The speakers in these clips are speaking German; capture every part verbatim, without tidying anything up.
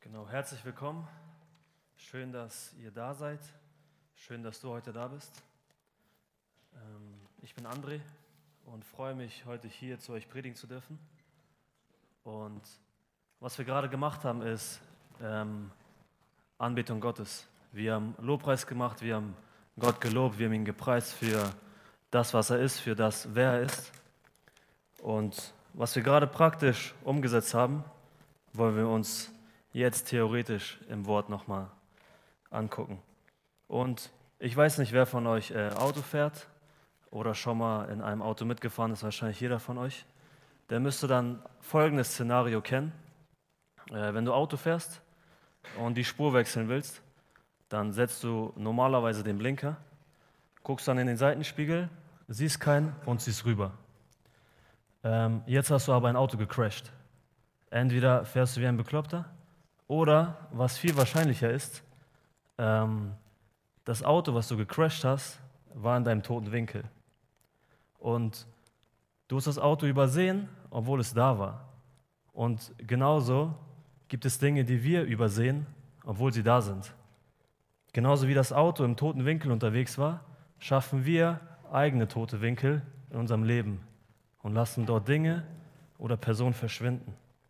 Genau, herzlich willkommen. Schön, dass ihr da seid. Schön, dass du heute da bist. Ähm, ich bin André und freue mich, heute hier zu euch predigen zu dürfen. Und was wir gerade gemacht haben, ist ähm, Anbetung Gottes. Wir haben Lobpreis gemacht, wir haben Gott gelobt, wir haben ihn gepreist für das, was er ist, für das, wer er ist. Und was wir gerade praktisch umgesetzt haben, wollen wir uns jetzt theoretisch im Wort nochmal angucken. Und ich weiß nicht, wer von euch äh, Auto fährt oder schon mal in einem Auto mitgefahren ist, wahrscheinlich jeder von euch. Der müsste dann folgendes Szenario kennen. Äh, wenn du Auto fährst und die Spur wechseln willst, dann setzt du normalerweise den Blinker, guckst dann in den Seitenspiegel, siehst keinen und siehst rüber. Ähm, jetzt hast du aber ein Auto gecrashed. Entweder fährst du wie ein Bekloppter oder, was viel wahrscheinlicher ist, ähm, das Auto, was du gecrashed hast, war in deinem toten Winkel. Und du hast das Auto übersehen, obwohl es da war. Und genauso gibt es Dinge, die wir übersehen, obwohl sie da sind. Genauso wie das Auto im toten Winkel unterwegs war, schaffen wir eigene tote Winkel in unserem Leben und lassen dort Dinge oder Personen verschwinden.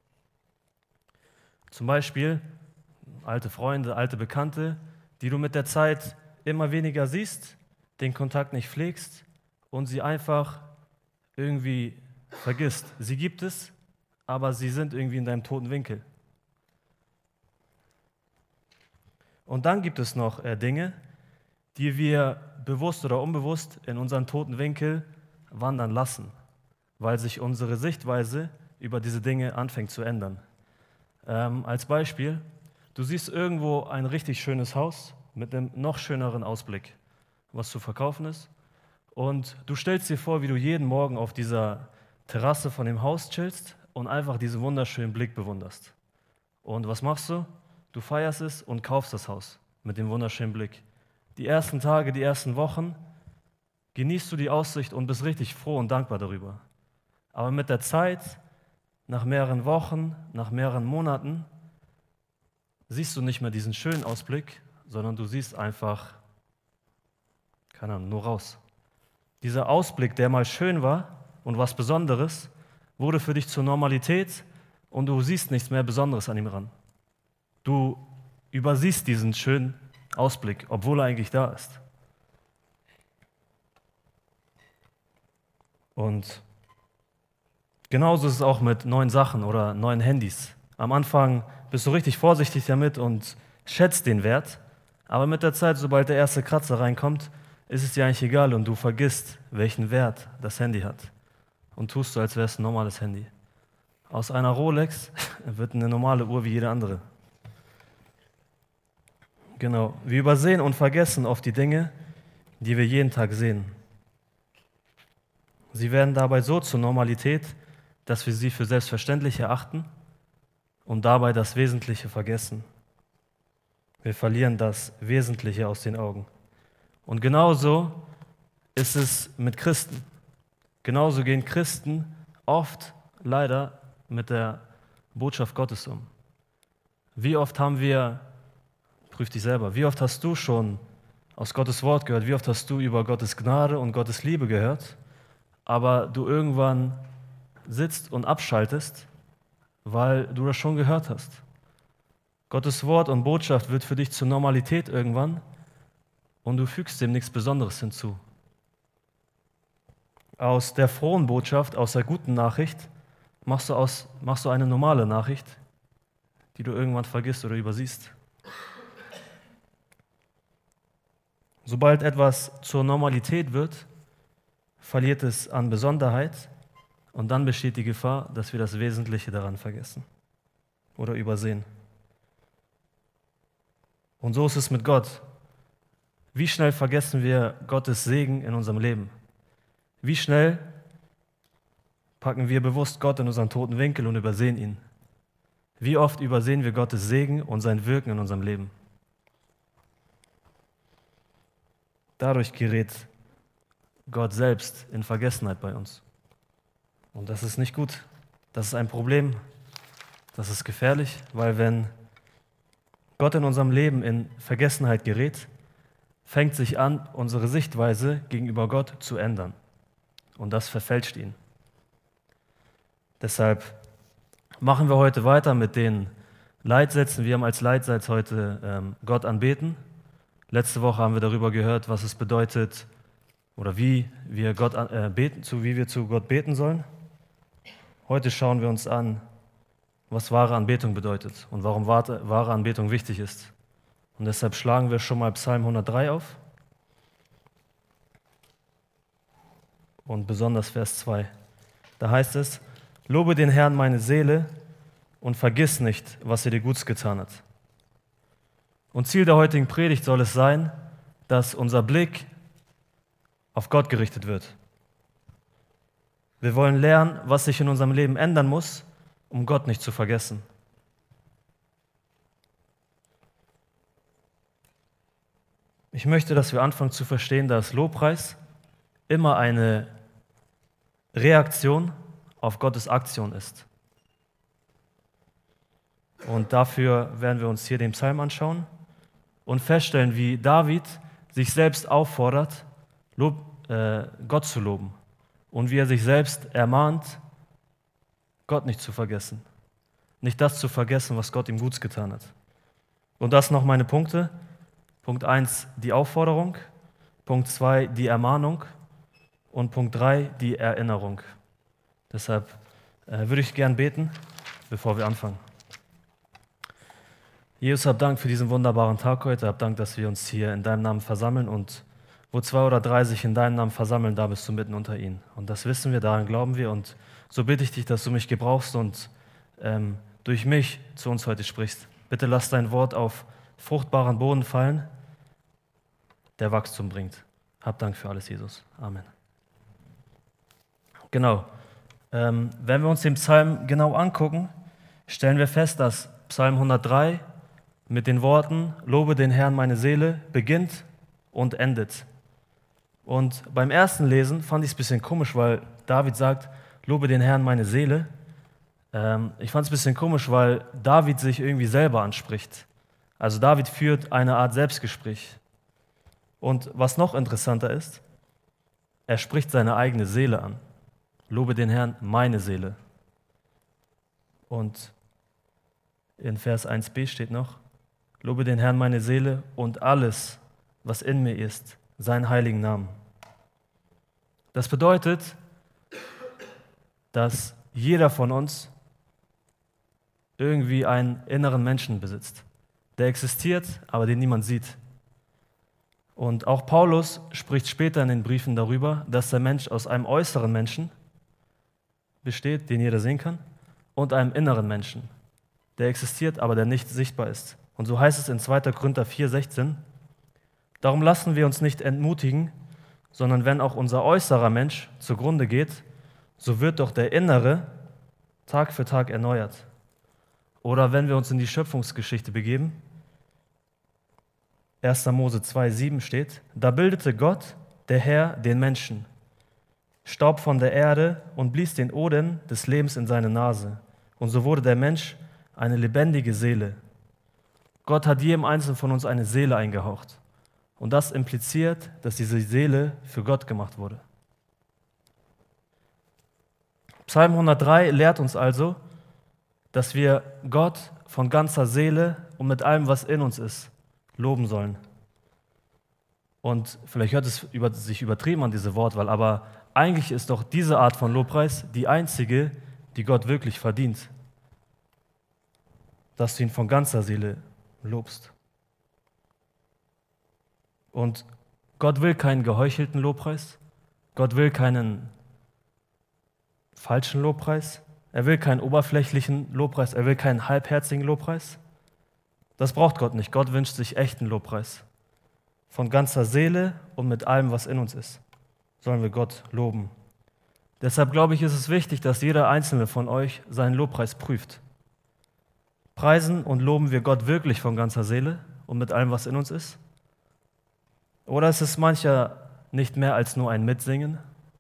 Zum Beispiel alte Freunde, alte Bekannte, die du mit der Zeit immer weniger siehst, den Kontakt nicht pflegst und sie einfach irgendwie vergisst. Sie gibt es, aber sie sind irgendwie in deinem toten Winkel. Und dann gibt es noch äh, Dinge, die wir bewusst oder unbewusst in unseren toten Winkel wandern lassen, weil sich unsere Sichtweise über diese Dinge anfängt zu ändern. Ähm, als Beispiel, du siehst irgendwo ein richtig schönes Haus mit einem noch schöneren Ausblick, was zu verkaufen ist. Und du stellst dir vor, wie du jeden Morgen auf dieser Terrasse von dem Haus chillst und einfach diesen wunderschönen Blick bewunderst. Und was machst du? Du feierst es und kaufst das Haus mit dem wunderschönen Blick. Die ersten Tage, die ersten Wochen genießt du die Aussicht und bist richtig froh und dankbar darüber. Aber mit der Zeit, nach mehreren Wochen, nach mehreren Monaten, siehst du nicht mehr diesen schönen Ausblick, sondern du siehst einfach, keine Ahnung, nur raus. Dieser Ausblick, der mal schön war und was Besonderes, wurde für dich zur Normalität und du siehst nichts mehr Besonderes an ihm ran. Du übersiehst diesen schönen Ausblick, obwohl er eigentlich da ist. Und genauso ist es auch mit neuen Sachen oder neuen Handys. Am Anfang bist du richtig vorsichtig damit und schätzt den Wert, aber mit der Zeit, sobald der erste Kratzer reinkommt, ist es dir eigentlich egal und du vergisst, welchen Wert das Handy hat und tust so, als wäre es ein normales Handy. Aus einer Rolex wird eine normale Uhr wie jede andere. Genau, wir übersehen und vergessen oft die Dinge, die wir jeden Tag sehen. Sie werden dabei so zur Normalität, dass wir sie für selbstverständlich erachten und dabei das Wesentliche vergessen. Wir verlieren das Wesentliche aus den Augen. Und genauso ist es mit Christen. Genauso gehen Christen oft leider mit der Botschaft Gottes um. Wie oft haben wir, prüf dich selber, wie oft hast du schon aus Gottes Wort gehört, wie oft hast du über Gottes Gnade und Gottes Liebe gehört, aber du irgendwann sitzt und abschaltest, weil du das schon gehört hast. Gottes Wort und Botschaft wird für dich zur Normalität irgendwann und du fügst dem nichts Besonderes hinzu. Aus der frohen Botschaft, aus der guten Nachricht, machst du, aus, machst du eine normale Nachricht, die du irgendwann vergisst oder übersiehst. Sobald etwas zur Normalität wird, verliert es an Besonderheit und dann besteht die Gefahr, dass wir das Wesentliche daran vergessen oder übersehen. Und so ist es mit Gott. Wie schnell vergessen wir Gottes Segen in unserem Leben? Wie schnell packen wir bewusst Gott in unseren toten Winkel und übersehen ihn? Wie oft übersehen wir Gottes Segen und sein Wirken in unserem Leben? Dadurch gerät Gott selbst in Vergessenheit bei uns. Und das ist nicht gut. Das ist ein Problem. Das ist gefährlich, weil wenn Gott in unserem Leben in Vergessenheit gerät, fängt sich an, unsere Sichtweise gegenüber Gott zu ändern. Und das verfälscht ihn. Deshalb machen wir heute weiter mit den Leitsätzen. Wir haben als Leitsatz heute ähm, Gott anbeten. Letzte Woche haben wir darüber gehört, was es bedeutet oder wie wir Gott äh, beten, zu wie wir zu Gott beten sollen. Heute schauen wir uns an, was wahre Anbetung bedeutet und warum wahre Anbetung wichtig ist. Und deshalb schlagen wir schon mal Psalm hundertdrei auf und besonders Vers zwei. Da heißt es: Lobe den Herrn meine Seele und vergiss nicht, was er dir Gutes getan hat. Und Ziel der heutigen Predigt soll es sein, dass unser Blick auf Gott gerichtet wird. Wir wollen lernen, was sich in unserem Leben ändern muss, um Gott nicht zu vergessen. Ich möchte, dass wir anfangen zu verstehen, dass Lobpreis immer eine Reaktion auf Gottes Aktion ist. Und dafür werden wir uns hier den Psalm anschauen und feststellen, wie David sich selbst auffordert, Lob, äh, Gott zu loben. Und wie er sich selbst ermahnt, Gott nicht zu vergessen. Nicht das zu vergessen, was Gott ihm Gutes getan hat. Und das noch meine Punkte. Punkt eins, die Aufforderung. Punkt zwei, die Ermahnung. Und Punkt drei, die Erinnerung. Deshalb äh, würde ich gern beten, bevor wir anfangen. Jesus, hab Dank für diesen wunderbaren Tag heute. Hab Dank, dass wir uns hier in deinem Namen versammeln und wo zwei oder drei sich in deinem Namen versammeln, da bist du mitten unter ihnen. Und das wissen wir, daran glauben wir. Und so bitte ich dich, dass du mich gebrauchst und ähm, durch mich zu uns heute sprichst. Bitte lass dein Wort auf fruchtbaren Boden fallen, der Wachstum bringt. Hab Dank für alles, Jesus. Amen. Genau. Ähm, wenn wir uns den Psalm genau angucken, stellen wir fest, dass Psalm hundertdrei mit den Worten Lobe den Herrn meine Seele beginnt und endet. Und beim ersten Lesen fand ich es ein bisschen komisch, weil David sagt, lobe den Herrn meine Seele. Ähm, ich fand es ein bisschen komisch, weil David sich irgendwie selber anspricht. Also David führt eine Art Selbstgespräch. Und was noch interessanter ist, er spricht seine eigene Seele an. Lobe den Herrn meine Seele. Und in Vers eins b steht noch, lobe den Herrn meine Seele und alles, was in mir ist, seinen heiligen Namen. Das bedeutet, dass jeder von uns irgendwie einen inneren Menschen besitzt. Der existiert, aber den niemand sieht. Und auch Paulus spricht später in den Briefen darüber, dass der Mensch aus einem äußeren Menschen besteht, den jeder sehen kann, und einem inneren Menschen, der existiert, aber der nicht sichtbar ist. Und so heißt es in zweiter Korinther vier sechzehn, darum lassen wir uns nicht entmutigen, sondern wenn auch unser äußerer Mensch zugrunde geht, so wird doch der innere Tag für Tag erneuert. Oder wenn wir uns in die Schöpfungsgeschichte begeben, erster Mose zwei sieben steht, da bildete Gott, der Herr, den Menschen, Staub von der Erde und blies den Odem des Lebens in seine Nase. Und so wurde der Mensch eine lebendige Seele. Gott hat jedem Einzelnen von uns eine Seele eingehaucht. Und das impliziert, dass diese Seele für Gott gemacht wurde. Psalm hundertdrei lehrt uns also, dass wir Gott von ganzer Seele und mit allem, was in uns ist, loben sollen. Und vielleicht hört es über, sich übertrieben an diese Wortwahl, aber eigentlich ist doch diese Art von Lobpreis die einzige, die Gott wirklich verdient. Dass du ihn von ganzer Seele lobst. Und Gott will keinen geheuchelten Lobpreis. Gott will keinen falschen Lobpreis. Er will keinen oberflächlichen Lobpreis. Er will keinen halbherzigen Lobpreis. Das braucht Gott nicht. Gott wünscht sich echten Lobpreis. Von ganzer Seele und mit allem, was in uns ist, sollen wir Gott loben. Deshalb glaube ich, ist es wichtig, dass jeder Einzelne von euch seinen Lobpreis prüft. Preisen und loben wir Gott wirklich von ganzer Seele und mit allem, was in uns ist? Oder ist es mancher nicht mehr als nur ein Mitsingen?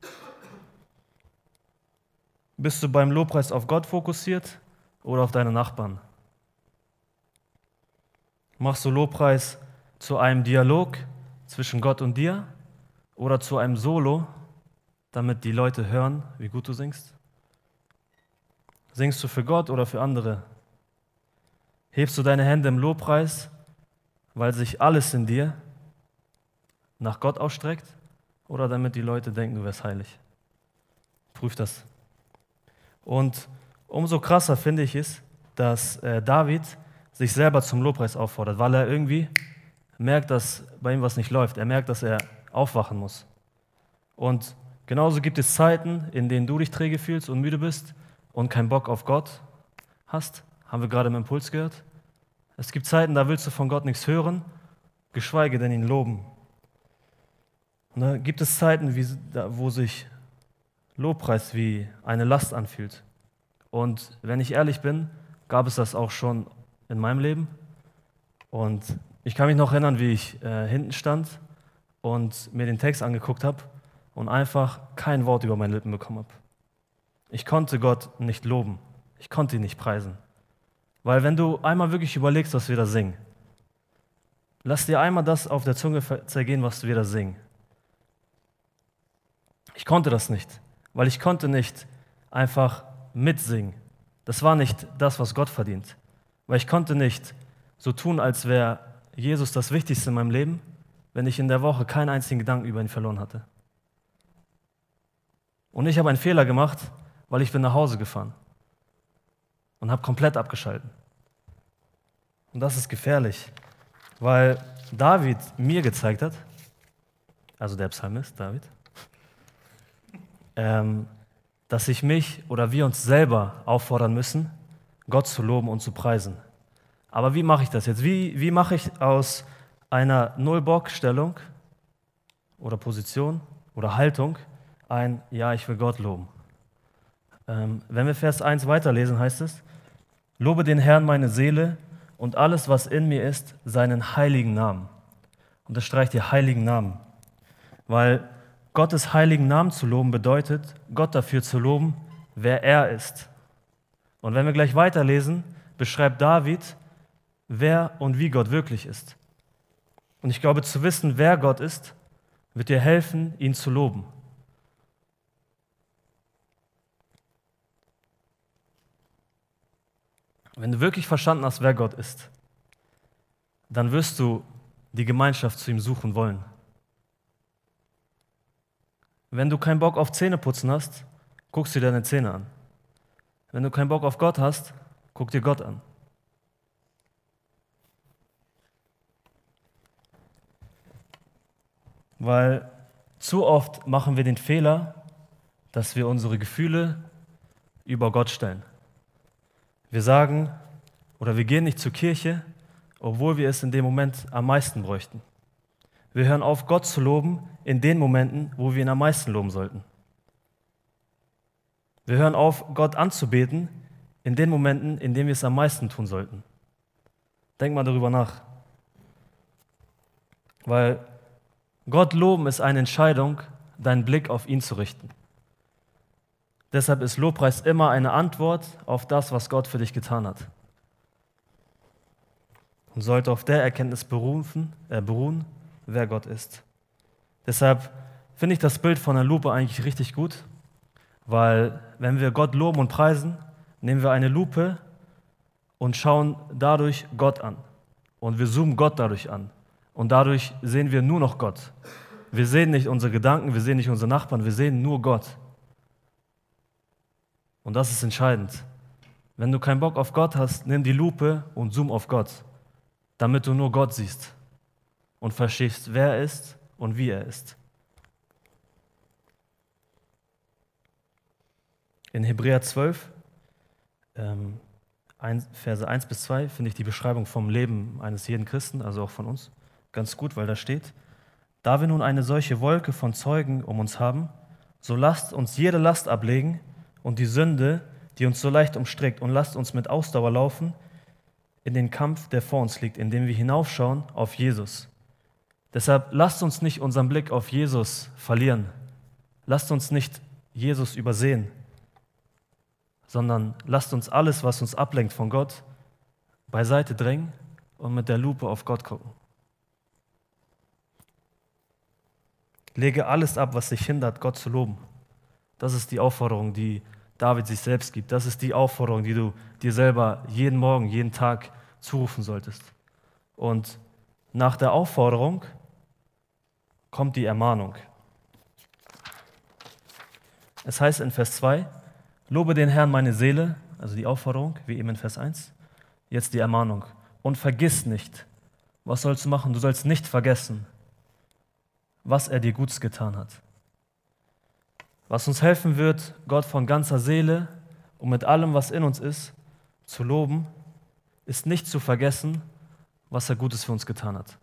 Bist du beim Lobpreis auf Gott fokussiert oder auf deine Nachbarn? Machst du Lobpreis zu einem Dialog zwischen Gott und dir oder zu einem Solo, damit die Leute hören, wie gut du singst? Singst du für Gott oder für andere? Hebst du deine Hände im Lobpreis, weil sich alles in dir nach Gott ausstreckt oder damit die Leute denken, du wärst heilig? Prüf das. Und umso krasser finde ich es, dass äh, David sich selber zum Lobpreis auffordert, weil er irgendwie merkt, dass bei ihm was nicht läuft. Er merkt, dass er aufwachen muss. Und genauso gibt es Zeiten, in denen du dich träge fühlst und müde bist und keinen Bock auf Gott hast. Haben wir gerade im Impuls gehört. Es gibt Zeiten, da willst du von Gott nichts hören, geschweige denn ihn loben. Und da gibt es Zeiten, wie, wo sich Lobpreis wie eine Last anfühlt. Und wenn ich ehrlich bin, gab es das auch schon in meinem Leben. Und ich kann mich noch erinnern, wie ich äh, hinten stand und mir den Text angeguckt habe und einfach kein Wort über meine Lippen bekommen habe. Ich konnte Gott nicht loben. Ich konnte ihn nicht preisen. Weil wenn du einmal wirklich überlegst, was wir da singen, lass dir einmal das auf der Zunge zergehen, was wir da singen. Ich konnte das nicht, weil ich konnte nicht einfach mitsingen. Das war nicht das, was Gott verdient. Weil ich konnte nicht so tun, als wäre Jesus das Wichtigste in meinem Leben, wenn ich in der Woche keinen einzigen Gedanken über ihn verloren hatte. Und ich habe einen Fehler gemacht, weil ich bin nach Hause gefahren und habe komplett abgeschalten. Und das ist gefährlich, weil David mir gezeigt hat, also der Psalmist David, ähm, dass ich mich oder wir uns selber auffordern müssen, Gott zu loben und zu preisen. Aber wie mache ich das jetzt? Wie, wie mache ich aus einer Null-Bock-Stellung oder Position oder Haltung ein Ja, ich will Gott loben? Ähm, wenn wir Vers eins weiterlesen, heißt es: Lobe den Herrn meine Seele und alles, was in mir ist, seinen heiligen Namen. Unterstreicht ihr heiligen Namen, weil Gottes heiligen Namen zu loben bedeutet, Gott dafür zu loben, wer er ist. Und wenn wir gleich weiterlesen, beschreibt David, wer und wie Gott wirklich ist. Und ich glaube, zu wissen, wer Gott ist, wird dir helfen, ihn zu loben. Wenn du wirklich verstanden hast, wer Gott ist, dann wirst du die Gemeinschaft zu ihm suchen wollen. Wenn du keinen Bock auf Zähneputzen hast, guckst du dir deine Zähne an. Wenn du keinen Bock auf Gott hast, guck dir Gott an. Weil zu oft machen wir den Fehler, dass wir unsere Gefühle über Gott stellen. Wir sagen oder wir gehen nicht zur Kirche, obwohl wir es in dem Moment am meisten bräuchten. Wir hören auf, Gott zu loben in den Momenten, wo wir ihn am meisten loben sollten. Wir hören auf, Gott anzubeten in den Momenten, in denen wir es am meisten tun sollten. Denk mal darüber nach. Weil Gott loben ist eine Entscheidung, deinen Blick auf ihn zu richten. Deshalb ist Lobpreis immer eine Antwort auf das, was Gott für dich getan hat. Und sollte auf der Erkenntnis berufen, äh, beruhen, wer Gott ist. Deshalb finde ich das Bild von der Lupe eigentlich richtig gut, weil wenn wir Gott loben und preisen, nehmen wir eine Lupe und schauen dadurch Gott an. Und wir zoomen Gott dadurch an. Und dadurch sehen wir nur noch Gott. Wir sehen nicht unsere Gedanken, wir sehen nicht unsere Nachbarn, wir sehen nur Gott. Und das ist entscheidend. Wenn du keinen Bock auf Gott hast, nimm die Lupe und zoom auf Gott, damit du nur Gott siehst und verstehst, wer er ist und wie er ist. In Hebräer zwölf, ähm, Verse eins bis zwei, finde ich die Beschreibung vom Leben eines jeden Christen, also auch von uns, ganz gut, weil da steht: Da wir nun eine solche Wolke von Zeugen um uns haben, so lasst uns jede Last ablegen und die Sünde, die uns so leicht umstrickt, und lasst uns mit Ausdauer laufen in den Kampf, der vor uns liegt, indem wir hinaufschauen auf Jesus. Deshalb lasst uns nicht unseren Blick auf Jesus verlieren. Lasst uns nicht Jesus übersehen, sondern lasst uns alles, was uns ablenkt von Gott, beiseite drängen und mit der Lupe auf Gott gucken. Lege alles ab, was dich hindert, Gott zu loben. Das ist die Aufforderung, die David sich selbst gibt. Das ist die Aufforderung, die du dir selber jeden Morgen, jeden Tag zurufen solltest. Und nach der Aufforderung kommt die Ermahnung. Es heißt in Vers zwei, lobe den Herrn meine Seele, also die Aufforderung, wie eben in Vers eins, jetzt die Ermahnung. Und vergiss nicht, was sollst du machen? Du sollst nicht vergessen, was er dir Gutes getan hat. Was uns helfen wird, Gott von ganzer Seele und mit allem, was in uns ist, zu loben, ist nicht zu vergessen, was er Gutes für uns getan hat.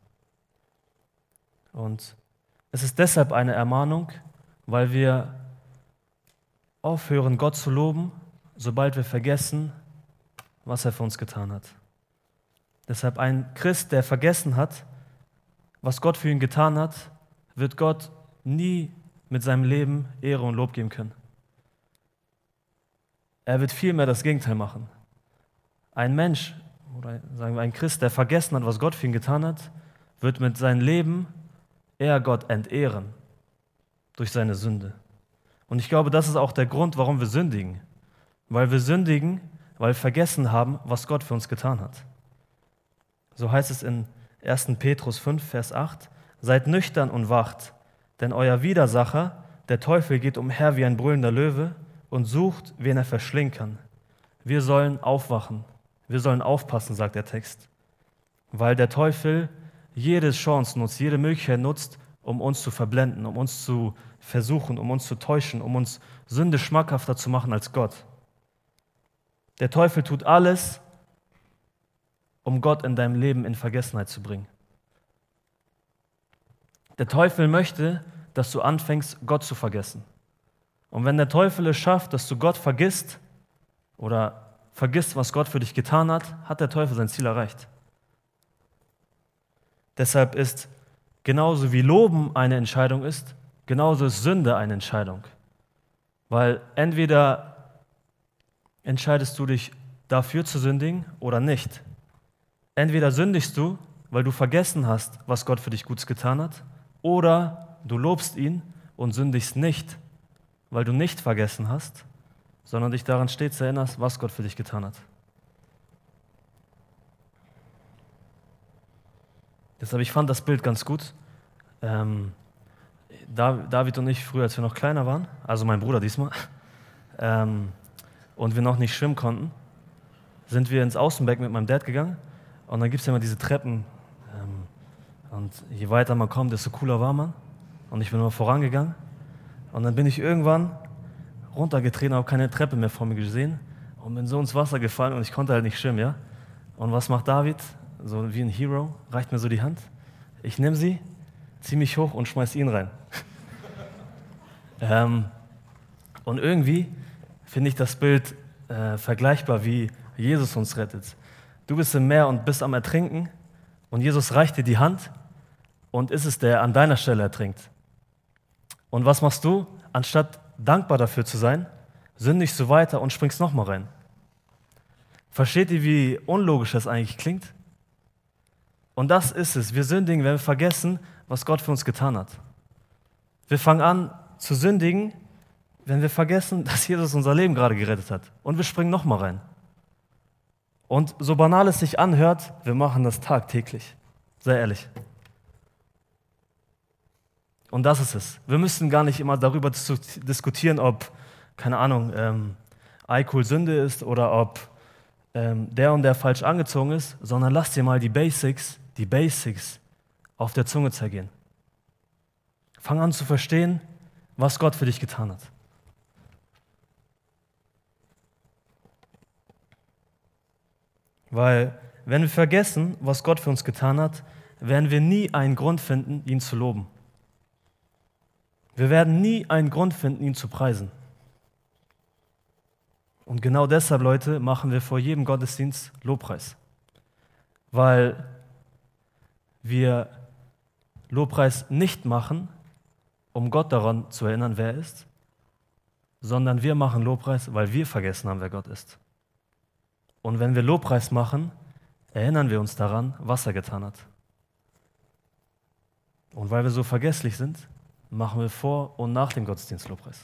Und es ist deshalb eine Ermahnung, weil wir aufhören, Gott zu loben, sobald wir vergessen, was er für uns getan hat. Deshalb ein Christ, der vergessen hat, was Gott für ihn getan hat, wird Gott nie mit seinem Leben Ehre und Lob geben können. Er wird vielmehr das Gegenteil machen. Ein Mensch, oder sagen wir ein Christ, der vergessen hat, was Gott für ihn getan hat, wird mit seinem Leben eher Gott entehren durch seine Sünde. Und ich glaube, das ist auch der Grund, warum wir sündigen. Weil wir sündigen, weil wir vergessen haben, was Gott für uns getan hat. So heißt es in erster Petrus fünf, Vers acht, seid nüchtern und wacht, denn euer Widersacher, der Teufel, geht umher wie ein brüllender Löwe und sucht, wen er verschlingen kann. Wir sollen aufwachen, wir sollen aufpassen, sagt der Text, weil der Teufel jede Chance nutzt, jede Möglichkeit nutzt, um uns zu verblenden, um uns zu versuchen, um uns zu täuschen, um uns Sünde schmackhafter zu machen als Gott. Der Teufel tut alles, um Gott in deinem Leben in Vergessenheit zu bringen. Der Teufel möchte, dass du anfängst, Gott zu vergessen. Und wenn der Teufel es schafft, dass du Gott vergisst oder vergisst, was Gott für dich getan hat, hat der Teufel sein Ziel erreicht. Deshalb ist genauso wie Loben eine Entscheidung ist, genauso ist Sünde eine Entscheidung. Weil entweder entscheidest du dich dafür zu sündigen oder nicht. Entweder sündigst du, weil du vergessen hast, was Gott für dich Gutes getan hat, oder du lobst ihn und sündigst nicht, weil du nicht vergessen hast, sondern dich daran stets erinnerst, was Gott für dich getan hat. Deshalb, ich fand das Bild ganz gut. Ähm, David und ich, früher, als wir noch kleiner waren, also mein Bruder diesmal, ähm, und wir noch nicht schwimmen konnten, sind wir ins Außenbeck mit meinem Dad gegangen und dann gibt es ja immer diese Treppen ähm, und je weiter man kommt, desto cooler war man und ich bin immer vorangegangen und dann bin ich irgendwann runtergetreten, habe keine Treppe mehr vor mir gesehen und bin so ins Wasser gefallen und ich konnte halt nicht schwimmen, ja. Und was macht David? So wie ein Hero, reicht mir so die Hand, ich nehme sie, ziehe mich hoch und schmeiß ihn rein. ähm, und irgendwie finde ich das Bild äh, vergleichbar, wie Jesus uns rettet. Du bist im Meer und bist am Ertrinken und Jesus reicht dir die Hand und ist es, der an deiner Stelle ertrinkt. Und was machst du? Anstatt dankbar dafür zu sein, sündigst du weiter und springst nochmal rein. Versteht ihr, wie unlogisch das eigentlich klingt? Und das ist es. Wir sündigen, wenn wir vergessen, was Gott für uns getan hat. Wir fangen an zu sündigen, wenn wir vergessen, dass Jesus unser Leben gerade gerettet hat. Und wir springen nochmal rein. Und so banal es sich anhört, wir machen das tagtäglich. Sei ehrlich. Und das ist es. Wir müssen gar nicht immer darüber diskutieren, ob, keine Ahnung, ähm, Alkohol Sünde ist oder ob ähm, der und der falsch angezogen ist, sondern lass dir mal die Basics, die Basics auf der Zunge zergehen. Fang an zu verstehen, was Gott für dich getan hat. Weil, wenn wir vergessen, was Gott für uns getan hat, werden wir nie einen Grund finden, ihn zu loben. Wir werden nie einen Grund finden, ihn zu preisen. Und genau deshalb, Leute, machen wir vor jedem Gottesdienst Lobpreis. Weil wir Lobpreis nicht machen, um Gott daran zu erinnern, wer er ist, sondern wir machen Lobpreis, weil wir vergessen haben, wer Gott ist. Und wenn wir Lobpreis machen, erinnern wir uns daran, was er getan hat. Und weil wir so vergesslich sind, machen wir vor und nach dem Gottesdienst Lobpreis.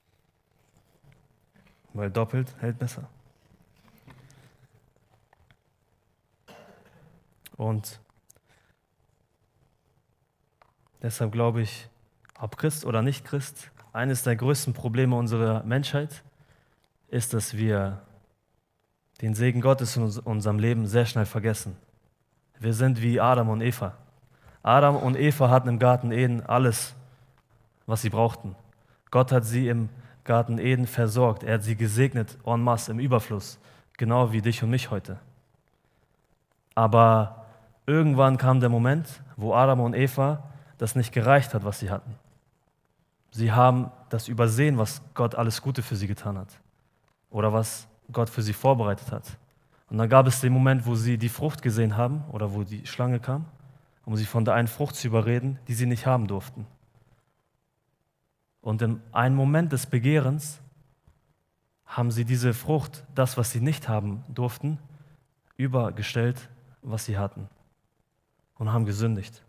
Weil doppelt hält besser. Und deshalb glaube ich, ob Christ oder nicht Christ, eines der größten Probleme unserer Menschheit ist, dass wir den Segen Gottes in unserem Leben sehr schnell vergessen. Wir sind wie Adam und Eva. Adam und Eva hatten im Garten Eden alles, was sie brauchten. Gott hat sie im Garten Eden versorgt. Er hat sie gesegnet en masse, im Überfluss, genau wie dich und mich heute. Aber irgendwann kam der Moment, wo Adam und Eva das nicht gereicht hat, was sie hatten. Sie haben das übersehen, was Gott alles Gute für sie getan hat oder was Gott für sie vorbereitet hat. Und dann gab es den Moment, wo sie die Frucht gesehen haben oder wo die Schlange kam, um sie von der einen Frucht zu überreden, die sie nicht haben durften. Und in einem Moment des Begehrens haben sie diese Frucht, das, was sie nicht haben durften, übergestellt, was sie hatten und haben gesündigt.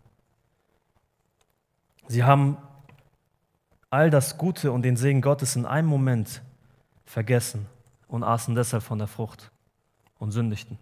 Sie haben all das Gute und den Segen Gottes in einem Moment vergessen und aßen deshalb von der Frucht und sündigten.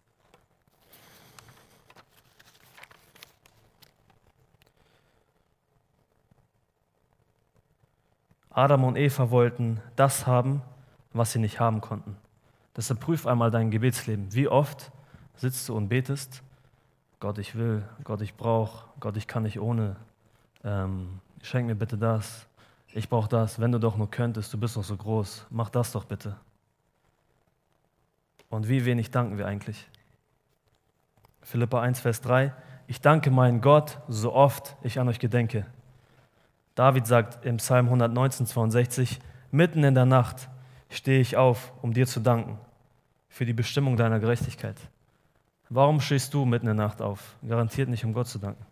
Adam und Eva wollten das haben, was sie nicht haben konnten. Deshalb prüf einmal dein Gebetsleben. Wie oft sitzt du und betest? Gott, ich will, Gott, ich brauche, Gott, ich kann nicht ohne. Ähm, schenk mir bitte das. Ich brauche das. Wenn du doch nur könntest, du bist doch so groß. Mach das doch bitte. Und wie wenig danken wir eigentlich? Philipper eins, Vers drei. Ich danke meinen Gott, so oft ich an euch gedenke. David sagt im Psalm hundertneunzehn, zweiundsechzig, mitten in der Nacht stehe ich auf, um dir zu danken für die Bestimmung deiner Gerechtigkeit. Warum stehst du mitten in der Nacht auf? Garantiert nicht, um Gott zu danken.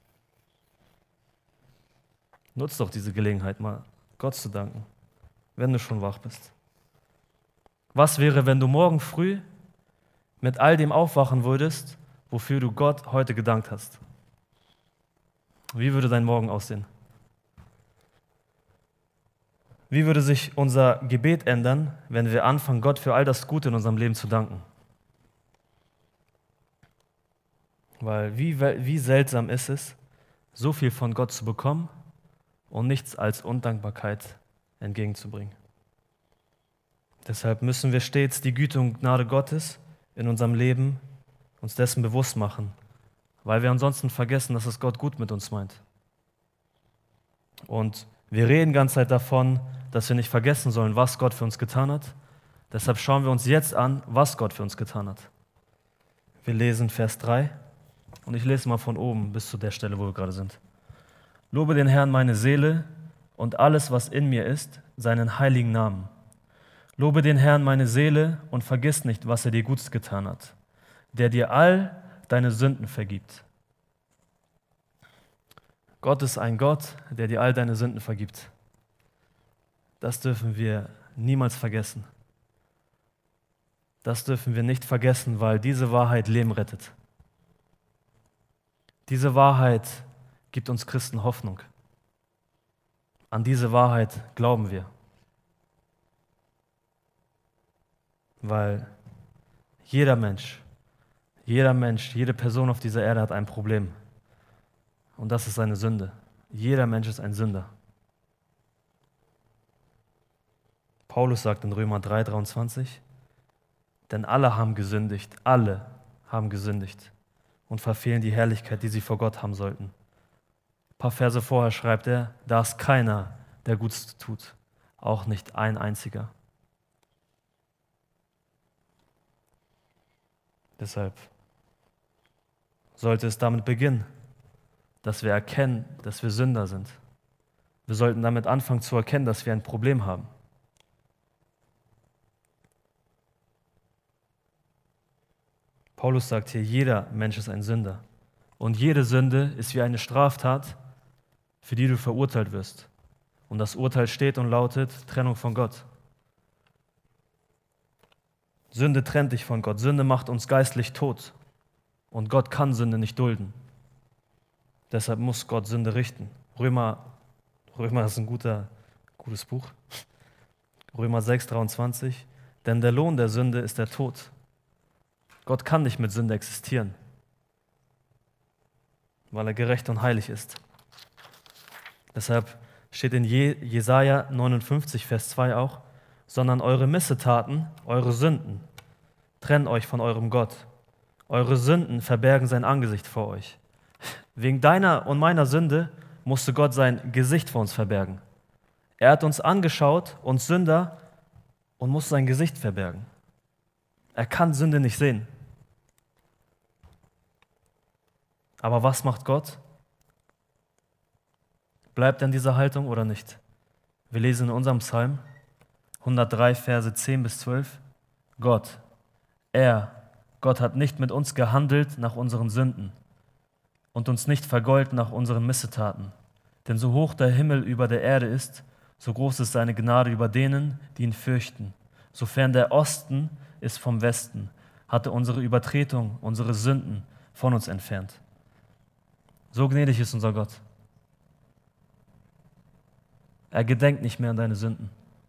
Nutz doch diese Gelegenheit mal, Gott zu danken, wenn du schon wach bist. Was wäre, wenn du morgen früh mit all dem aufwachen würdest, wofür du Gott heute gedankt hast? Wie würde dein Morgen aussehen? Wie würde sich unser Gebet ändern, wenn wir anfangen, Gott für all das Gute in unserem Leben zu danken? Weil wie, wie seltsam ist es, so viel von Gott zu bekommen und nichts als Undankbarkeit entgegenzubringen. Deshalb müssen wir stets die Güte und Gnade Gottes in unserem Leben uns dessen bewusst machen, weil wir ansonsten vergessen, dass es Gott gut mit uns meint. Und wir reden die ganze Zeit davon, dass wir nicht vergessen sollen, was Gott für uns getan hat. Deshalb schauen wir uns jetzt an, was Gott für uns getan hat. Wir lesen Vers drei und ich lese mal von oben bis zu der Stelle, wo wir gerade sind. Lobe den Herrn meine Seele und alles, was in mir ist, seinen heiligen Namen. Lobe den Herrn meine Seele und vergiss nicht, was er dir Gutes getan hat, der dir all deine Sünden vergibt. Gott ist ein Gott, der dir all deine Sünden vergibt. Das dürfen wir niemals vergessen. Das dürfen wir nicht vergessen, weil diese Wahrheit Leben rettet. Diese Wahrheit gibt uns Christen Hoffnung. An diese Wahrheit glauben wir. Weil jeder Mensch, jeder Mensch, jede Person auf dieser Erde hat ein Problem. Und das ist seine Sünde. Jeder Mensch ist ein Sünder. Paulus sagt in Römer drei, dreiundzwanzig, denn alle haben gesündigt, alle haben gesündigt und verfehlen die Herrlichkeit, die sie vor Gott haben sollten. Ein paar Verse vorher schreibt er, da ist keiner, der Gutes tut, auch nicht ein einziger. Deshalb sollte es damit beginnen, dass wir erkennen, dass wir Sünder sind. Wir sollten damit anfangen zu erkennen, dass wir ein Problem haben. Paulus sagt hier, jeder Mensch ist ein Sünder. Und jede Sünde ist wie eine Straftat, für die du verurteilt wirst. Und das Urteil steht und lautet Trennung von Gott. Sünde trennt dich von Gott. Sünde macht uns geistlich tot. Und Gott kann Sünde nicht dulden. Deshalb muss Gott Sünde richten. Römer, Römer ist ein guter, gutes Buch. Römer sechs, dreiundzwanzig. Denn der Lohn der Sünde ist der Tod. Gott kann nicht mit Sünde existieren, weil er gerecht und heilig ist. Deshalb steht in Je- Jesaja neunundfünfzig, Vers zwei auch, sondern eure Missetaten, eure Sünden, trennen euch von eurem Gott. Eure Sünden verbergen sein Angesicht vor euch. Wegen deiner und meiner Sünde musste Gott sein Gesicht vor uns verbergen. Er hat uns angeschaut, uns Sünder, und muss sein Gesicht verbergen. Er kann Sünde nicht sehen. Aber was macht Gott? Bleibt er in dieser Haltung oder nicht? Wir lesen in unserem Psalm hundertdrei, Verse zehn bis zwölf. Gott, er, Gott hat nicht mit uns gehandelt nach unseren Sünden und uns nicht vergolten nach unseren Missetaten. Denn so hoch der Himmel über der Erde ist, so groß ist seine Gnade über denen, die ihn fürchten. Sofern der Osten ist vom Westen, hatte unsere Übertretung, unsere Sünden von uns entfernt. So gnädig ist unser Gott. Er gedenkt nicht mehr an deine Sünden,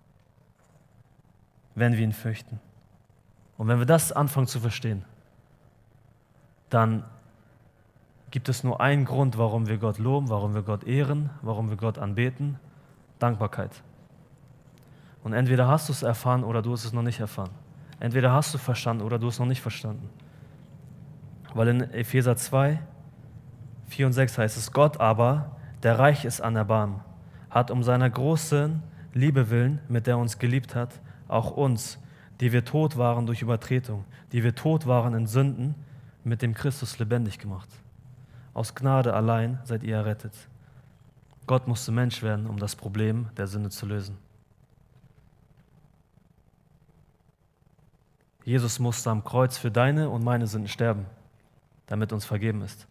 wenn wir ihn fürchten. Und wenn wir das anfangen zu verstehen, dann gibt es nur einen Grund, warum wir Gott loben, warum wir Gott ehren, warum wir Gott anbeten: Dankbarkeit. Und entweder hast du es erfahren oder du hast es noch nicht erfahren. Entweder hast du verstanden oder du hast es noch nicht verstanden. Weil in Epheser zwei, vier und sechs heißt es: Gott aber, der reich ist an Erbarmen, hat um seiner großen Liebe willen, mit der er uns geliebt hat, auch uns, die wir tot waren durch Übertretung, die wir tot waren in Sünden, mit dem Christus lebendig gemacht. Aus Gnade allein seid ihr errettet. Gott musste Mensch werden, um das Problem der Sünde zu lösen. Jesus musste am Kreuz für deine und meine Sünden sterben, damit uns vergeben ist.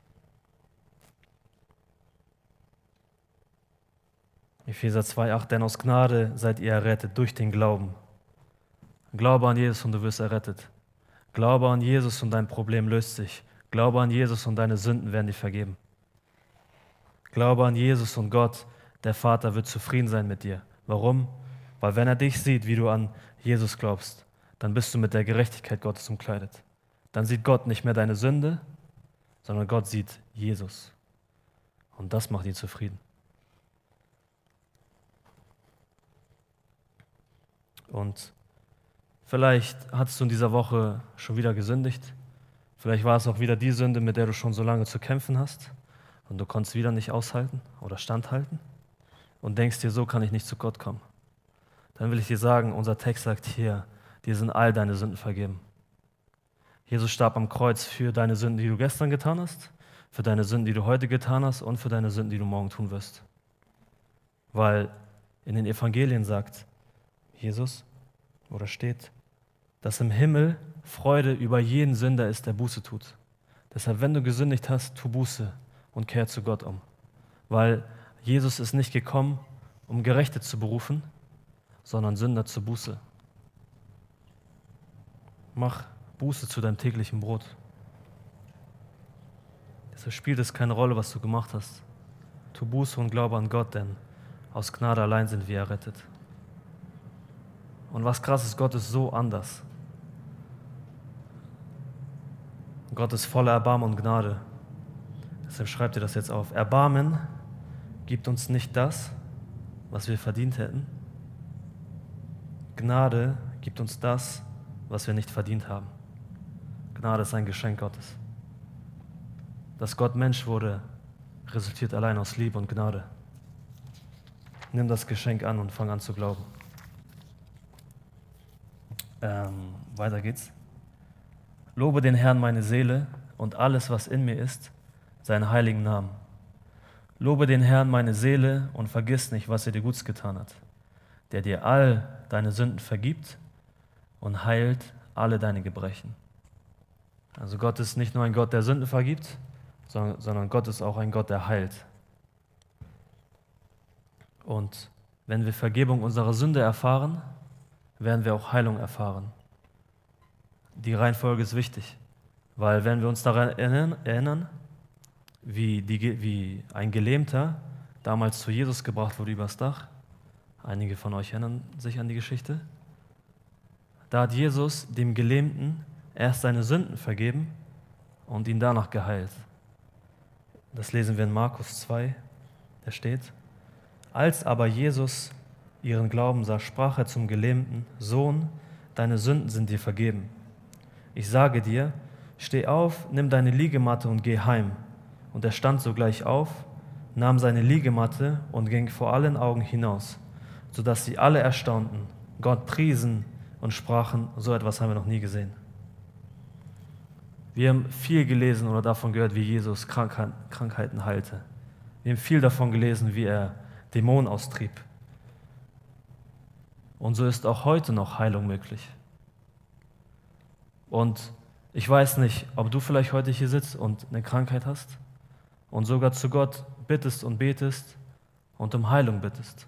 Epheser zwei, acht, denn aus Gnade seid ihr errettet durch den Glauben. Glaube an Jesus und du wirst errettet. Glaube an Jesus und dein Problem löst sich. Glaube an Jesus und deine Sünden werden dir vergeben. Glaube an Jesus und Gott, der Vater, wird zufrieden sein mit dir. Warum? Weil wenn er dich sieht, wie du an Jesus glaubst, dann bist du mit der Gerechtigkeit Gottes umkleidet. Dann sieht Gott nicht mehr deine Sünde, sondern Gott sieht Jesus. Und das macht ihn zufrieden. Und vielleicht hattest du in dieser Woche schon wieder gesündigt. Vielleicht war es auch wieder die Sünde, mit der du schon so lange zu kämpfen hast und du konntest wieder nicht aushalten oder standhalten und denkst dir, so kann ich nicht zu Gott kommen. Dann will ich dir sagen, unser Text sagt hier, dir sind all deine Sünden vergeben. Jesus starb am Kreuz für deine Sünden, die du gestern getan hast, für deine Sünden, die du heute getan hast und für deine Sünden, die du morgen tun wirst. Weil in den Evangelien sagt Jesus oder steht, dass im Himmel Freude über jeden Sünder ist, der Buße tut. Deshalb, wenn du gesündigt hast, tu Buße und kehr zu Gott um. Weil Jesus ist nicht gekommen, um Gerechte zu berufen, sondern Sünder zur Buße. Mach Buße zu deinem täglichen Brot. Deshalb spielt es keine Rolle, was du gemacht hast. Tu Buße und glaube an Gott, denn aus Gnade allein sind wir errettet. Und was krass ist, Gott ist so anders. Gott ist voller Erbarmen und Gnade. Deshalb schreibt ihr das jetzt auf. Erbarmen gibt uns nicht das, was wir verdient hätten. Gnade gibt uns das, was wir nicht verdient haben. Gnade ist ein Geschenk Gottes. Dass Gott Mensch wurde, resultiert allein aus Liebe und Gnade. Nimm das Geschenk an und fang an zu glauben. Ähm, weiter geht's. Lobe den Herrn meine Seele und alles, was in mir ist, seinen heiligen Namen. Lobe den Herrn meine Seele und vergiss nicht, was er dir Gutes getan hat, der dir all deine Sünden vergibt und heilt alle deine Gebrechen. Also Gott ist nicht nur ein Gott, der Sünden vergibt, sondern, sondern Gott ist auch ein Gott, der heilt. Und wenn wir Vergebung unserer Sünde erfahren, werden wir auch Heilung erfahren. Die Reihenfolge ist wichtig, Weil wenn wir uns daran erinnern, erinnern wie, die, wie ein Gelähmter damals zu Jesus gebracht wurde übers Dach, einige von euch erinnern sich an die Geschichte, da hat Jesus dem Gelähmten erst seine Sünden vergeben und ihn danach geheilt. Das lesen wir in Markus zwei, da steht: Als aber Jesus ihren Glauben sah, sprach er zum Gelähmten: Sohn, deine Sünden sind dir vergeben. Ich sage dir, steh auf, nimm deine Liegematte und geh heim. Und er stand sogleich auf, nahm seine Liegematte und ging vor allen Augen hinaus, sodass sie alle erstaunten, Gott priesen und sprachen: So etwas haben wir noch nie gesehen. Wir haben viel gelesen oder davon gehört, wie Jesus Krankheiten heilte. Wir haben viel davon gelesen, wie er Dämonen austrieb. Und so ist auch heute noch Heilung möglich. Und ich weiß nicht, ob du vielleicht heute hier sitzt und eine Krankheit hast und sogar zu Gott bittest und betest und um Heilung bittest.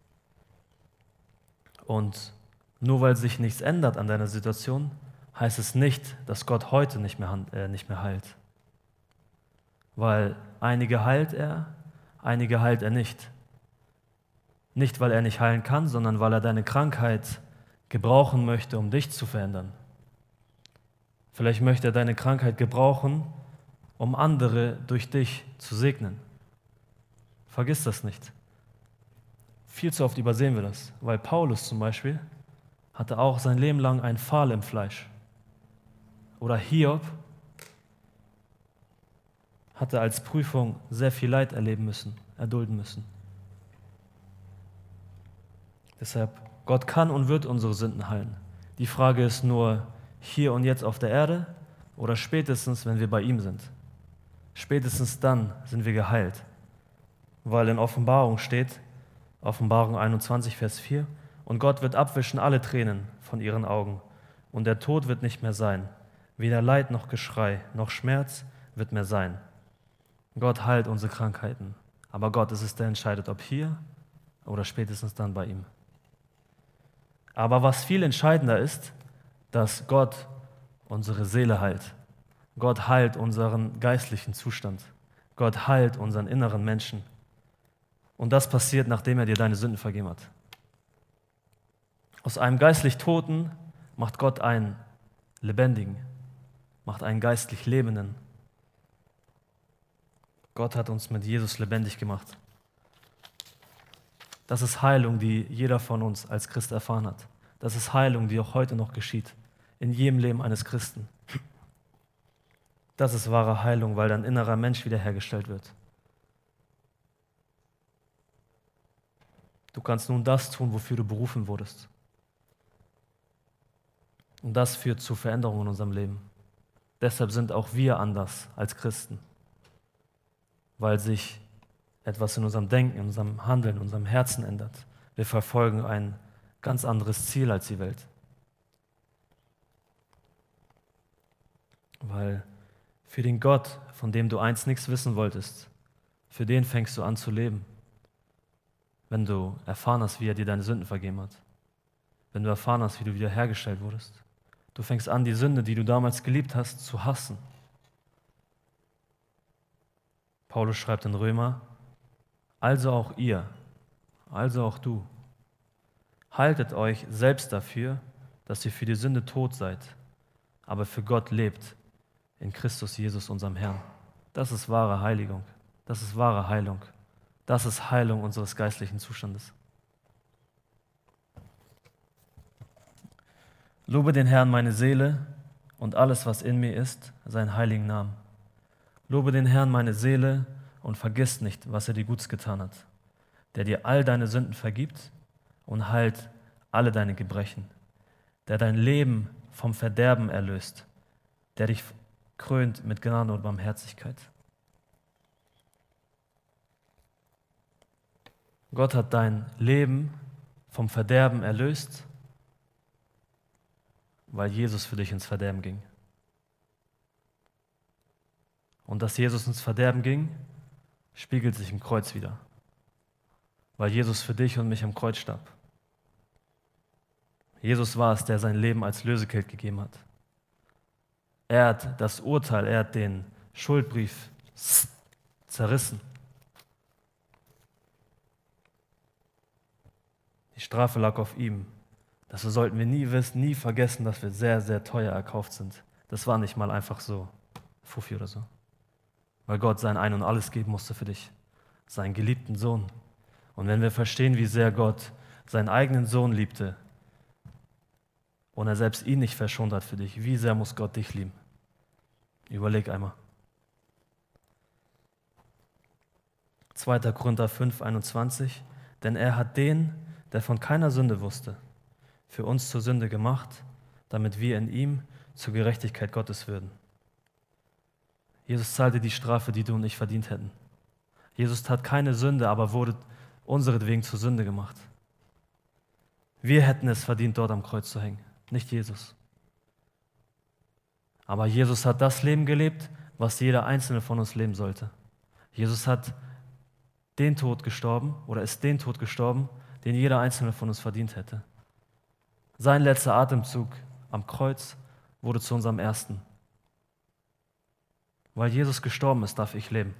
Und nur weil sich nichts ändert an deiner Situation, heißt es nicht, dass Gott heute nicht mehr, äh, nicht mehr heilt. Weil einige heilt er, einige heilt er nicht. Nicht, weil er nicht heilen kann, sondern weil er deine Krankheit gebrauchen möchte, um dich zu verändern. Vielleicht möchte er deine Krankheit gebrauchen, um andere durch dich zu segnen. Vergiss das nicht. Viel zu oft übersehen wir das, weil Paulus zum Beispiel hatte auch sein Leben lang einen Pfahl im Fleisch. Oder Hiob hatte als Prüfung sehr viel Leid erleben müssen, erdulden müssen. Deshalb, Gott kann und wird unsere Sünden heilen. Die Frage ist nur, hier und jetzt auf der Erde oder spätestens, wenn wir bei ihm sind. Spätestens dann sind wir geheilt. Weil in Offenbarung steht, Offenbarung einundzwanzig, Vers vier, und Gott wird abwischen alle Tränen von ihren Augen und der Tod wird nicht mehr sein. Weder Leid noch Geschrei noch Schmerz wird mehr sein. Gott heilt unsere Krankheiten, aber Gott ist es, der entscheidet, ob hier oder spätestens dann bei ihm. Aber was viel entscheidender ist, dass Gott unsere Seele heilt. Gott heilt unseren geistlichen Zustand. Gott heilt unseren inneren Menschen. Und das passiert, nachdem er dir deine Sünden vergeben hat. Aus einem geistlich Toten macht Gott einen Lebendigen, macht einen geistlich Lebenden. Gott hat uns mit Jesus lebendig gemacht. Das ist Heilung, die jeder von uns als Christ erfahren hat. Das ist Heilung, die auch heute noch geschieht, in jedem Leben eines Christen. Das ist wahre Heilung, weil dein innerer Mensch wiederhergestellt wird. Du kannst nun das tun, wofür du berufen wurdest. Und das führt zu Veränderungen in unserem Leben. Deshalb sind auch wir anders als Christen, weil sich etwas in unserem Denken, in unserem Handeln, in unserem Herzen ändert. Wir verfolgen ein ganz anderes Ziel als die Welt. Weil für den Gott, von dem du einst nichts wissen wolltest, für den fängst du an zu leben, wenn du erfahren hast, wie er dir deine Sünden vergeben hat. Wenn du erfahren hast, wie du wiederhergestellt wurdest. Du fängst an, die Sünde, die du damals geliebt hast, zu hassen. Paulus schreibt in Römer: Also auch ihr, also auch du, haltet euch selbst dafür, dass ihr für die Sünde tot seid, aber für Gott lebt, in Christus Jesus, unserem Herrn. Das ist wahre Heiligung, das ist wahre Heilung, das ist Heilung unseres geistlichen Zustandes. Lobe den Herrn meine Seele und alles, was in mir ist, seinen heiligen Namen. Lobe den Herrn meine Seele und vergiss nicht, was er dir Gutes getan hat, der dir all deine Sünden vergibt und heilt alle deine Gebrechen, der dein Leben vom Verderben erlöst, der dich krönt mit Gnade und Barmherzigkeit. Gott hat dein Leben vom Verderben erlöst, weil Jesus für dich ins Verderben ging. Und dass Jesus ins Verderben ging, spiegelt sich im Kreuz wieder, weil Jesus für dich und mich am Kreuz starb. Jesus war es, der sein Leben als Lösegeld gegeben hat. Er hat das Urteil, er hat den Schuldbrief zerrissen. Die Strafe lag auf ihm. Das sollten wir nie wissen, nie vergessen, dass wir sehr, sehr teuer erkauft sind. Das war nicht mal einfach so, Fuffi oder so. Weil Gott sein Ein und Alles geben musste für dich, seinen geliebten Sohn. Und wenn wir verstehen, wie sehr Gott seinen eigenen Sohn liebte und er selbst ihn nicht verschont hat für dich, wie sehr muss Gott dich lieben? Überleg einmal. zweiter Korinther fünf, einundzwanzig. Denn er hat den, der von keiner Sünde wusste, für uns zur Sünde gemacht, damit wir in ihm zur Gerechtigkeit Gottes würden. Jesus zahlte die Strafe, die du und ich verdient hätten. Jesus tat keine Sünde, aber wurde unseretwegen zur Sünde gemacht. Wir hätten es verdient, dort am Kreuz zu hängen, nicht Jesus. Aber Jesus hat das Leben gelebt, was jeder Einzelne von uns leben sollte. Jesus hat den Tod gestorben oder ist den Tod gestorben, den jeder Einzelne von uns verdient hätte. Sein letzter Atemzug am Kreuz wurde zu unserem ersten. Weil Jesus gestorben ist, darf ich leben.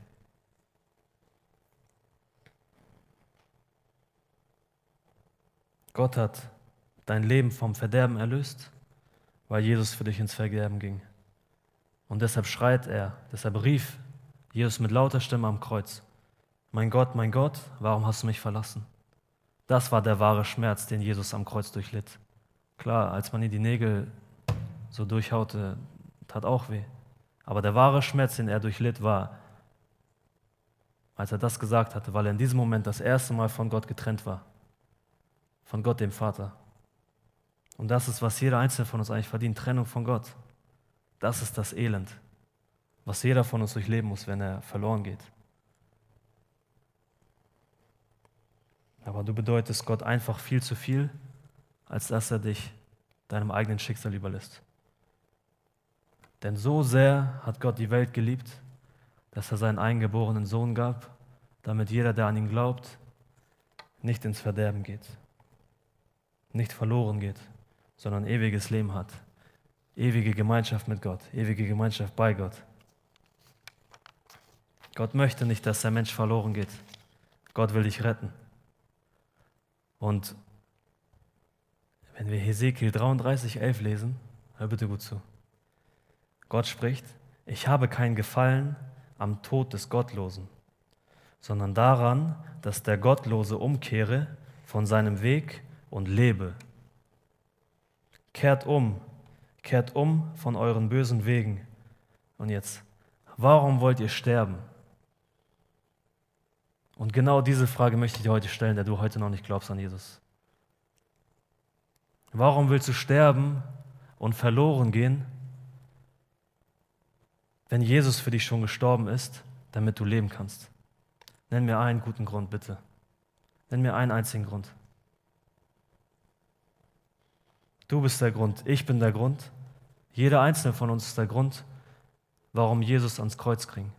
Gott hat dein Leben vom Verderben erlöst, weil Jesus für dich ins Verderben ging. Und deshalb schreit er, deshalb rief Jesus mit lauter Stimme am Kreuz: Mein Gott, mein Gott, warum hast du mich verlassen? Das war der wahre Schmerz, den Jesus am Kreuz durchlitt. Klar, als man ihm die Nägel so durchhaute, tat auch weh. Aber der wahre Schmerz, den er durchlitt, war, als er das gesagt hatte, weil er in diesem Moment das erste Mal von Gott getrennt war. Von Gott, dem Vater. Und das ist, was jeder Einzelne von uns eigentlich verdient, Trennung von Gott. Das ist das Elend, was jeder von uns durchleben muss, wenn er verloren geht. Aber du bedeutest Gott einfach viel zu viel, als dass er dich deinem eigenen Schicksal überlässt. Denn so sehr hat Gott die Welt geliebt, dass er seinen eingeborenen Sohn gab, damit jeder, der an ihn glaubt, nicht ins Verderben geht, nicht verloren geht, sondern ewiges Leben hat, ewige Gemeinschaft mit Gott, ewige Gemeinschaft bei Gott. Gott möchte nicht, dass der Mensch verloren geht. Gott will dich retten. Und wenn wir Hesekiel dreiunddreißig, elf lesen, hör bitte gut zu. Gott spricht: Ich habe kein Gefallen am Tod des Gottlosen, sondern daran, dass der Gottlose umkehre von seinem Weg und lebe. Kehrt um, kehrt um von euren bösen Wegen. Und jetzt, warum wollt ihr sterben? Und genau diese Frage möchte ich dir heute stellen, der du heute noch nicht glaubst an Jesus. Warum willst du sterben und verloren gehen, wenn Jesus für dich schon gestorben ist, damit du leben kannst? Nenn mir einen guten Grund, bitte. Nenn mir einen einzigen Grund. Du bist der Grund, ich bin der Grund. Jeder einzelne von uns ist der Grund, warum Jesus ans Kreuz ging.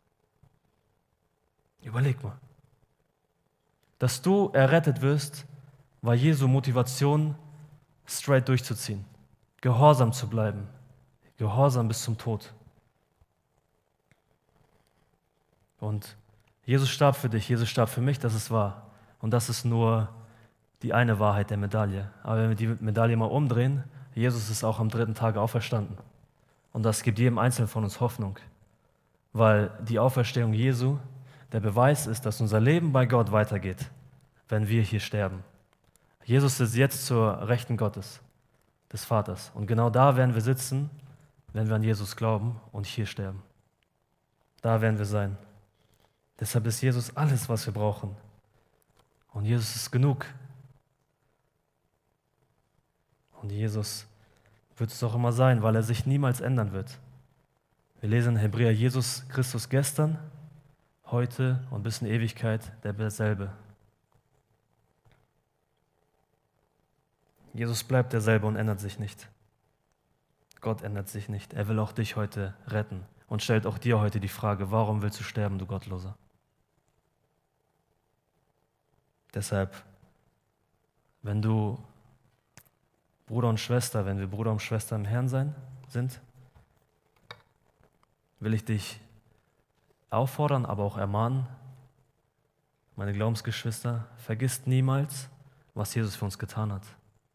Überleg mal. Dass du errettet wirst, war Jesu Motivation, straight durchzuziehen, gehorsam zu bleiben, gehorsam bis zum Tod. Und Jesus starb für dich, Jesus starb für mich, das ist wahr. Und das ist nur die eine Wahrheit der Medaille. Aber wenn wir die Medaille mal umdrehen, Jesus ist auch am dritten Tage auferstanden. Und das gibt jedem Einzelnen von uns Hoffnung. Weil die Auferstehung Jesu der Beweis ist, dass unser Leben bei Gott weitergeht, wenn wir hier sterben. Jesus ist jetzt zur Rechten Gottes, des Vaters. Und genau da werden wir sitzen, wenn wir an Jesus glauben und hier sterben. Da werden wir sein. Deshalb ist Jesus alles, was wir brauchen. Und Jesus ist genug. Und Jesus wird es auch immer sein, weil er sich niemals ändern wird. Wir lesen in Hebräer: Jesus Christus gestern, heute und bis in Ewigkeit derselbe. Jesus bleibt derselbe und ändert sich nicht. Gott ändert sich nicht. Er will auch dich heute retten und stellt auch dir heute die Frage: Warum willst du sterben, du Gottloser? Deshalb, wenn du Bruder und Schwester, wenn wir Bruder und Schwester im Herrn sein, sind, will ich dich auffordern, aber auch ermahnen, meine Glaubensgeschwister, vergisst niemals, was Jesus für uns getan hat,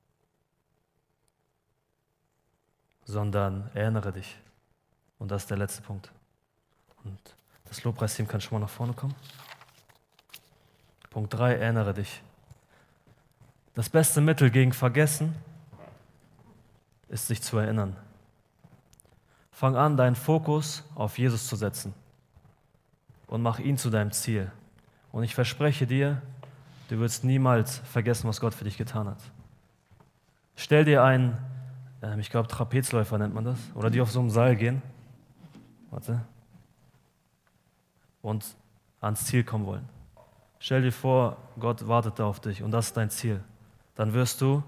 sondern erinnere dich. Und das ist der letzte Punkt. Und das Lobpreisteam kann schon mal nach vorne kommen. Punkt drei, erinnere dich. Das beste Mittel gegen Vergessen ist, sich zu erinnern. Fang an, deinen Fokus auf Jesus zu setzen und mach ihn zu deinem Ziel. Und ich verspreche dir, du wirst niemals vergessen, was Gott für dich getan hat. Stell dir einen, äh, ich glaube Trapezläufer nennt man das, oder die auf so einem Seil gehen, warte, und ans Ziel kommen wollen. Stell dir vor, Gott wartet da auf dich und das ist dein Ziel. Dann wirst du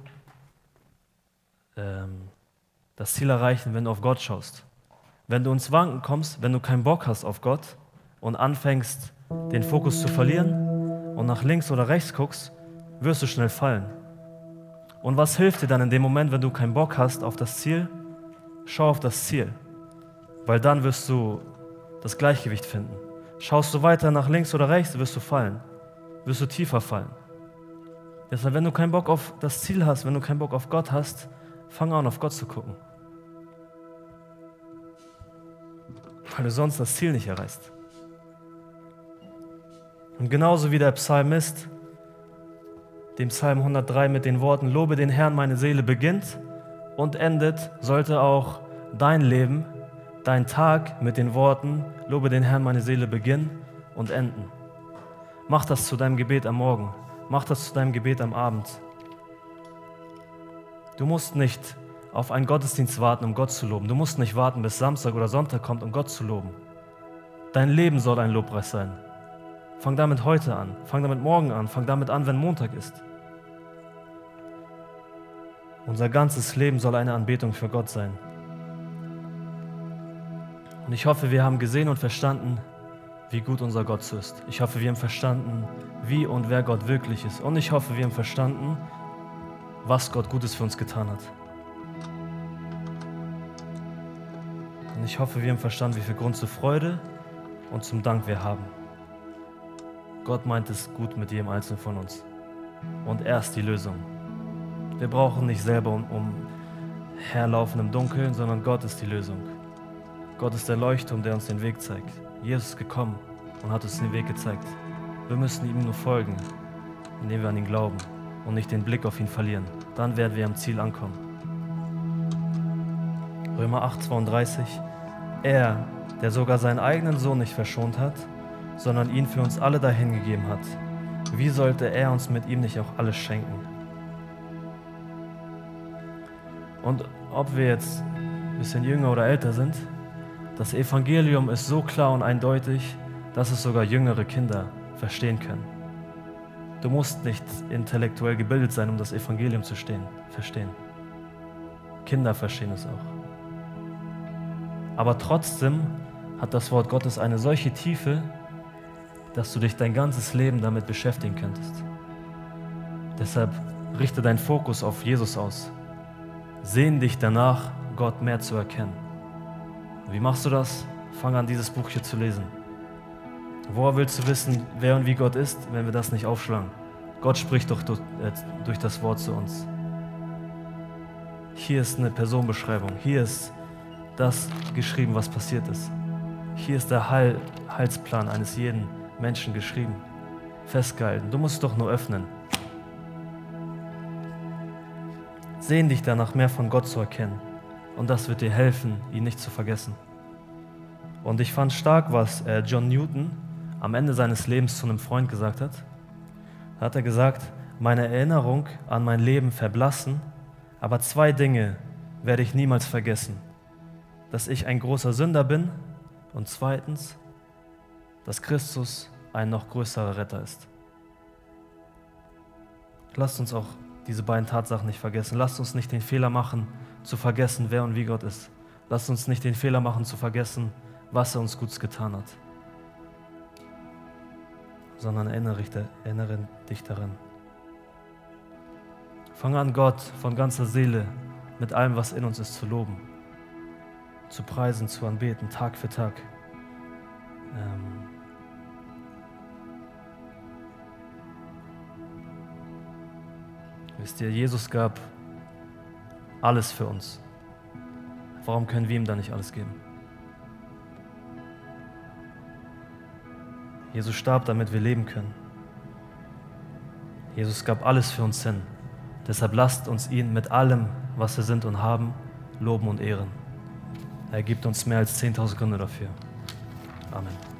ähm, das Ziel erreichen, wenn du auf Gott schaust. Wenn du ins Wanken kommst, wenn du keinen Bock hast auf Gott und anfängst, den Fokus zu verlieren und nach links oder rechts guckst, wirst du schnell fallen. Und was hilft dir dann in dem Moment, wenn du keinen Bock hast auf das Ziel? Schau auf das Ziel, weil dann wirst du das Gleichgewicht finden. Schaust du weiter nach links oder rechts, wirst du fallen, wirst du tiefer fallen. Deshalb, wenn du keinen Bock auf das Ziel hast, wenn du keinen Bock auf Gott hast, fang an, auf Gott zu gucken. Weil du sonst das Ziel nicht erreichst. Und genauso wie der Psalmist, dem Psalm hundertdrei mit den Worten, Lobe den Herrn, meine Seele, beginnt und endet, sollte auch dein Leben, dein Tag mit den Worten, Lobe den Herrn, meine Seele, beginnen und enden. Mach das zu deinem Gebet am Morgen. Mach das zu deinem Gebet am Abend. Du musst nicht auf einen Gottesdienst warten, um Gott zu loben. Du musst nicht warten, bis Samstag oder Sonntag kommt, um Gott zu loben. Dein Leben soll ein Lobpreis sein. Fang damit heute an. Fang damit morgen an. Fang damit an, wenn Montag ist. Unser ganzes Leben soll eine Anbetung für Gott sein. Und ich hoffe, wir haben gesehen und verstanden, wie gut unser Gott so ist. Ich hoffe, wir haben verstanden, wie und wer Gott wirklich ist. Und ich hoffe, wir haben verstanden, was Gott Gutes für uns getan hat. Und ich hoffe, wir haben verstanden, wie viel Grund zur Freude und zum Dank wir haben. Gott meint es gut mit jedem Einzelnen von uns. Und er ist die Lösung. Wir brauchen nicht selber um, um herlaufen im Dunkeln, sondern Gott ist die Lösung. Gott ist der Leuchtturm, der uns den Weg zeigt. Jesus ist gekommen und hat uns den Weg gezeigt. Wir müssen ihm nur folgen, indem wir an ihn glauben und nicht den Blick auf ihn verlieren. Dann werden wir am Ziel ankommen. Römer acht, zweiunddreißig. Er, der sogar seinen eigenen Sohn nicht verschont hat, sondern ihn für uns alle dahingegeben hat, wie sollte er uns mit ihm nicht auch alles schenken? Und ob wir jetzt ein bisschen jünger oder älter sind, das Evangelium ist so klar und eindeutig, dass es sogar jüngere Kinder verstehen können. Du musst nicht intellektuell gebildet sein, um das Evangelium zu stehen, verstehen. Kinder verstehen es auch. Aber trotzdem hat das Wort Gottes eine solche Tiefe, dass du dich dein ganzes Leben damit beschäftigen könntest. Deshalb richte deinen Fokus auf Jesus aus. Sehn dich danach, Gott mehr zu erkennen. Wie machst du das? Fang an, dieses Buch hier zu lesen. Woher willst du wissen, wer und wie Gott ist, wenn wir das nicht aufschlagen? Gott spricht doch durch, äh, durch das Wort zu uns. Hier ist eine Personenbeschreibung. Hier ist das geschrieben, was passiert ist. Hier ist der Heil, Heilsplan eines jeden Menschen geschrieben, festgehalten. Du musst es doch nur öffnen. Sehn dich danach, mehr von Gott zu erkennen. Und das wird dir helfen, ihn nicht zu vergessen. Und ich fand stark, was äh, John Newton am Ende seines Lebens zu einem Freund gesagt hat. Da hat er gesagt, meine Erinnerung an mein Leben verblassen, aber zwei Dinge werde ich niemals vergessen. Dass ich ein großer Sünder bin und zweitens, dass Christus ein noch größerer Retter ist. Lasst uns auch diese beiden Tatsachen nicht vergessen. Lasst uns nicht den Fehler machen, zu vergessen, wer und wie Gott ist. Lasst uns nicht den Fehler machen, zu vergessen, was er uns Gutes getan hat. Sondern erinnere dich, erinnere dich daran. Fang an, Gott von ganzer Seele mit allem, was in uns ist, zu loben. zu preisen, zu anbeten, Tag für Tag. Ähm Wisst ihr, Jesus gab alles für uns. Warum können wir ihm dann nicht alles geben? Jesus starb, damit wir leben können. Jesus gab alles für uns hin. Deshalb lasst uns ihn mit allem, was wir sind und haben, loben und ehren. Er gibt uns mehr als zehntausend Gründe dafür. Amen.